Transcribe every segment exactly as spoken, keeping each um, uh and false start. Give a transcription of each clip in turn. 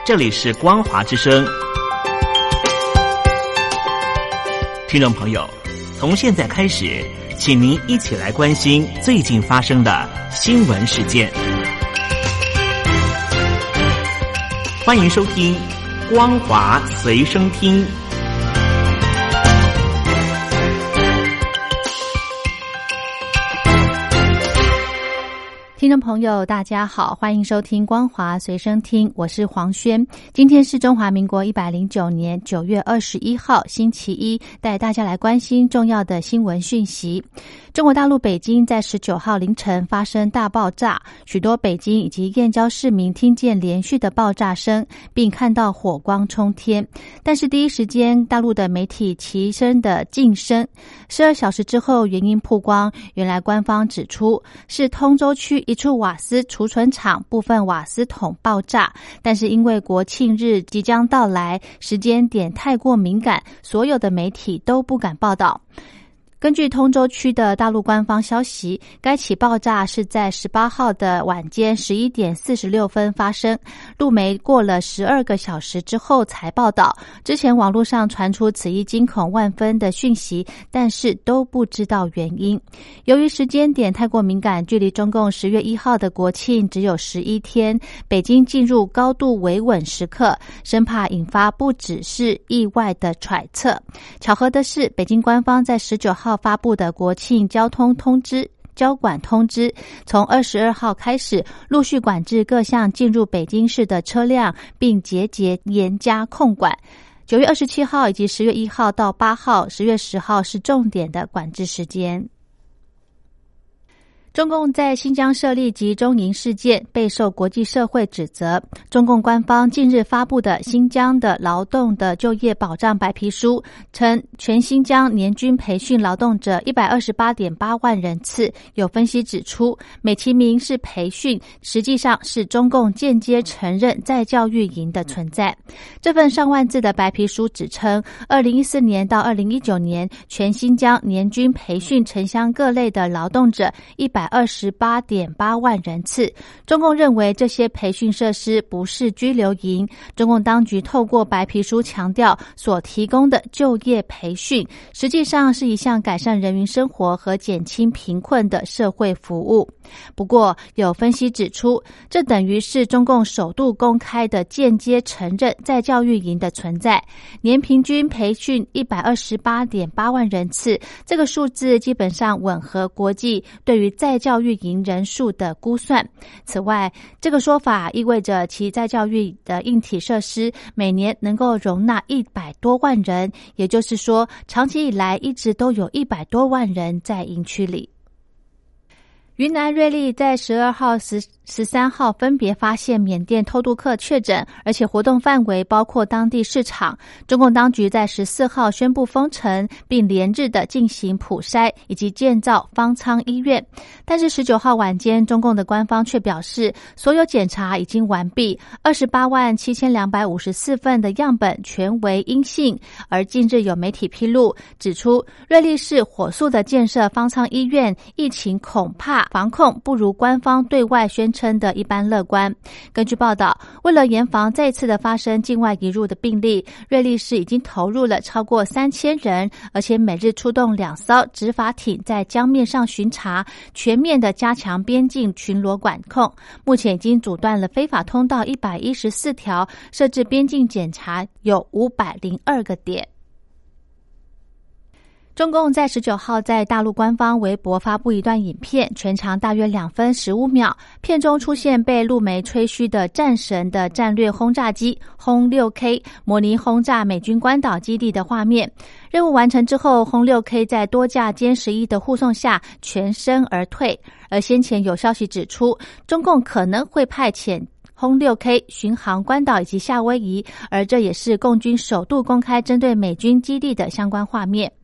这里是光华之声。听众朋友，从现在开始，请您一起来关心最近发生的新闻事件。欢迎收听光华随声听。 听众朋友大家好，欢迎收听光华随声听，我是黄轩。今天是中华民国一百零九年九月二十一号星期一，带大家来关心重要的新闻讯息。中国大陆北京在十九号凌晨发生大爆炸，许多北京以及燕郊市民听见连续的爆炸声，并看到火光冲天。但是第一时间大陆的媒体齐声的噤声，十二小时之后原因曝光，原来官方指出是通州区一处瓦斯储存厂部分瓦斯桶爆炸，但是因为国庆日即将到来，时间点太过敏感，所有的媒体都不敢报道。根据通州区的大陆官方消息，该起爆炸是在十八号的晚间十一点四十六分发生，陆媒过了十二个小时之后才报道。之前网络上传出此一惊恐万分的讯息，但是都不知道原因。由于时间点太过敏感，距离中共十月一号的国庆只有十一天，北京进入高度维稳时刻，生怕引发不只是意外的揣测。巧合的是，北京官方在十九号发布的国庆交通通知交管通知，从二十二号开始陆续管制各项进入北京市的车辆，并节节严加控管。九月二十七号以及十月一号到八号、十月十号是重点的管制时间。中共在新疆设立集中营事件备受国际社会指责。中共官方近日发布的新疆的劳动的就业保障白皮书称，全新疆年均培训劳动者 一百二十八点八万人次。有分析指出，美其名是培训，实际上是中共间接承认再教育营的存在。这份上万字的白皮书指称，二零一四年到二零一九年，全新疆年均培训城乡各类的劳动者一百二十八点八万人次。中共认为这些培训设施不是居留营，中共当局透过白皮书强调所提供的就业培训实际上是一项改善人民生活和减轻贫困的社会服务。不过有分析指出，这等于是中共首度公开的间接承认在教育营的存在。年平均培训 一百二十八点八万人次，这个数字基本上吻合国际对于在教育营人数的估算。此外，这个说法意味着其在教育的硬体设施每年能够容纳一百多万人，也就是说，长期以来一直都有一百多万人在营区里。云南瑞丽在十二号、十十三号分别发现缅甸偷渡客确诊，而且活动范围包括当地市场。中共当局在十四号宣布封城，并连日的进行普筛以及建造方舱医院。但是十九号晚间，中共的官方却表示，所有检查已经完毕，二十八万七千两百五十四份的样本全为阴性。而近日有媒体披露指出，瑞丽市火速的建设方舱医院，疫情恐怕防控不如官方对外宣称的一般乐观。根据报道，为了严防再次的发生境外移入的病例，瑞丽市已经投入了超过三千人，而且每日出动两艘执法艇在江面上巡查，全面的加强边境巡逻管控。目前已经阻断了非法通道一百一十四条，设置边境检查有五百零二个点。中共在十九号在大陆官方微博发布一段影片，全长大约两分十五秒，片中出现被陆媒吹嘘的战神的战略轰炸机轰 六 K 模拟轰炸美军关岛基地的画面。任务完成之后，轰 六 K 在多架歼十一的护送下全身而退。而先前有消息指出，中共可能会派遣轰 六 K 巡航关岛以及夏威夷，而这也是共军首度公开针对美军基地的相关画面。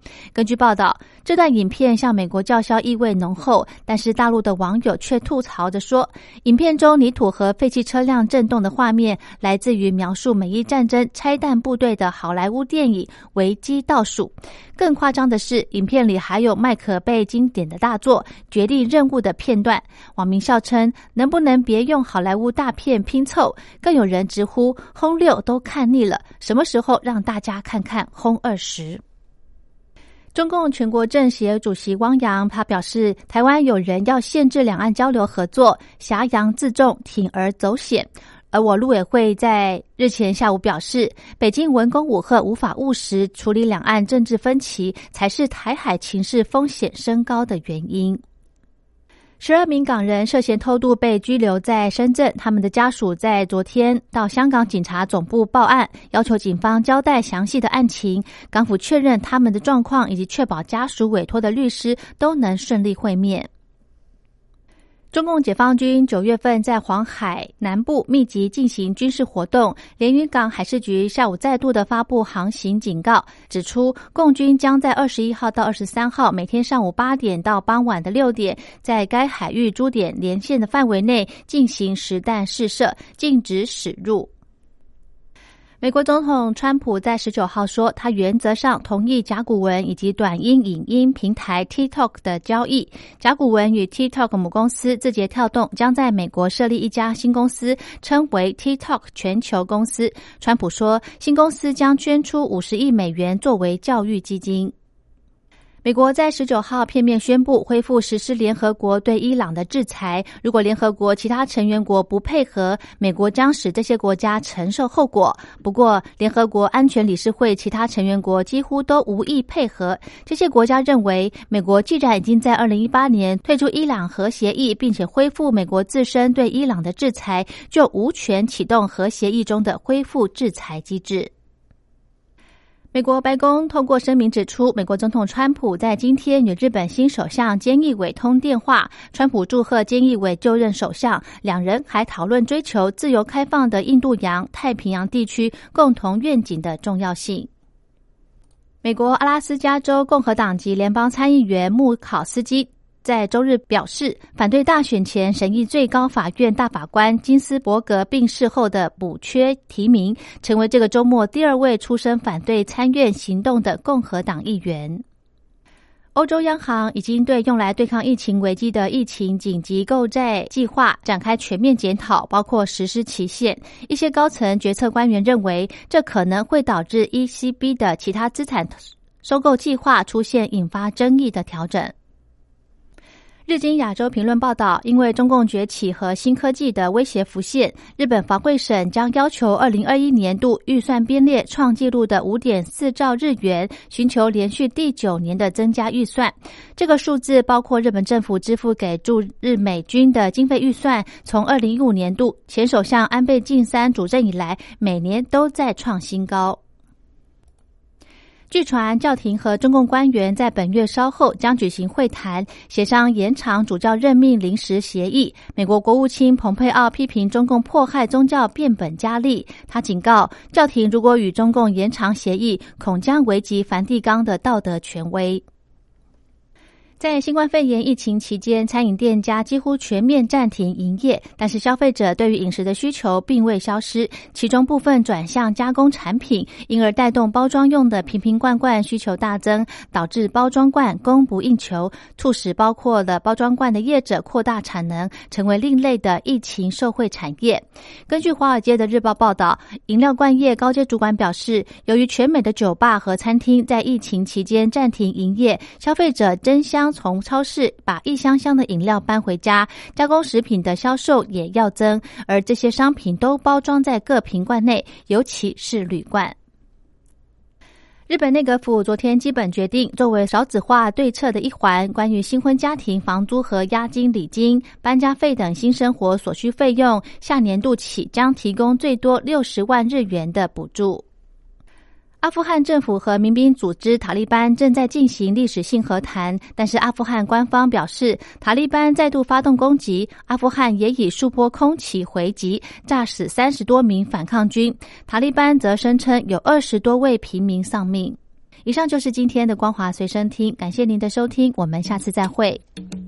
根据报道，这段影片向美国叫嚣意味浓厚，但是大陆的网友却吐槽着说，影片中泥土和废弃车辆震动的画面来自于描述美伊战争拆弹部队的好莱坞电影《危机倒数》。更夸张的是，影片里还有麦可贝经典的大作《绝地任务》的片段。网民笑称，能不能别用好莱坞大片拼凑？更有人直呼，轰六都看腻了，什么时候让大家看看轰二十？中共全国政协主席汪洋他表示，台湾有人要限制两岸交流合作，挟洋自重，铤而走险。而我陆委会在日前下午表示，北京文攻武吓，无法务实处理两岸政治分歧，才是台海情势风险升高的原因。十二名港人涉嫌偷渡被拘留在深圳，他们的家属在昨天到香港警察总部报案，要求警方交代详细的案情。港府确认他们的状况，以及确保家属委托的律师都能顺利会面。中共解放军九月份在黄海南部密集进行军事活动，连云港海事局下午再度的发布航行警告，指出共军将在二十一号到二十三号每天上午八点到傍晚的六点，在该海域诸点连线的范围内进行实弹试射，禁止驶入。美国总统川普在十九号说，他原则上同意甲骨文以及短音影音平台 TikTok 的交易。甲骨文与 TikTok 母公司字节跳动将在美国设立一家新公司，称为 TikTok 全球公司。川普说，新公司将捐出五十亿美元作为教育基金。美国在十九号片面宣布恢复实施联合国对伊朗的制裁，如果联合国其他成员国不配合，美国将使这些国家承受后果。不过，联合国安全理事会其他成员国几乎都无意配合。这些国家认为，美国既然已经在二零一八年退出伊朗核协议，并且恢复美国自身对伊朗的制裁，就无权启动核协议中的恢复制裁机制。美国白宫透过声明指出，美国总统川普在今天与日本新首相菅义伟通电话，川普祝贺菅义伟就任首相，两人还讨论追求自由开放的印度洋、太平洋地区共同愿景的重要性。美国阿拉斯加州共和党籍联邦参议员穆考斯基在周日表示，反对大选前审议最高法院大法官金斯伯格病逝后的补缺提名，成为这个周末第二位出声反对参院行动的共和党议员。欧洲央行已经对用来对抗疫情危机的疫情紧急购债计划展开全面检讨，包括实施期限。一些高层决策官员认为，这可能会导致 E C B 的其他资产收购计划出现引发争议的调整。日经亚洲评论报道，因为中共崛起和新科技的威胁浮现，日本防卫省将要求二零二一年度预算编列创纪录的 五点四兆日元，寻求连续第九年的增加预算。这个数字包括日本政府支付给驻日美军的经费预算，从二零一五年度前首相安倍晋三主政以来，每年都在创新高。据传，教廷和中共官员在本月稍后将举行会谈，协商延长主教任命临时协议。美国国务卿蓬佩奥批评中共迫害宗教变本加厉，他警告教廷如果与中共延长协议，恐将危及梵蒂冈的道德权威。在新冠肺炎疫情期间，餐饮店家几乎全面暂停营业，但是消费者对于饮食的需求并未消失，其中部分转向加工产品，因而带动包装用的瓶瓶罐罐需求大增，导致包装罐供不应求，促使包括了包装罐的业者扩大产能，成为另类的疫情受惠产业。根据华尔街的日报报道，饮料罐业高阶主管表示，由于全美的酒吧和餐厅在疫情期间暂停营业，消费者争相从超市把一箱箱的饮料搬回家，加工食品的销售也要增，而这些商品都包装在各瓶罐内，尤其是铝罐。日本内阁府昨天基本决定，作为少子化对策的一环，关于新婚家庭房租和押金、礼金、搬家费等新生活所需费用，下年度起将提供最多六十万日元的补助。阿富汗政府和民兵组织塔利班正在进行历史性和谈，但是阿富汗官方表示，塔利班再度发动攻击，阿富汗也以数波空袭回击，炸死三十多名反抗军。塔利班则声称有二十多位平民丧命。 以上就是今天的光华随身听，感谢您的收听，我们下次再会。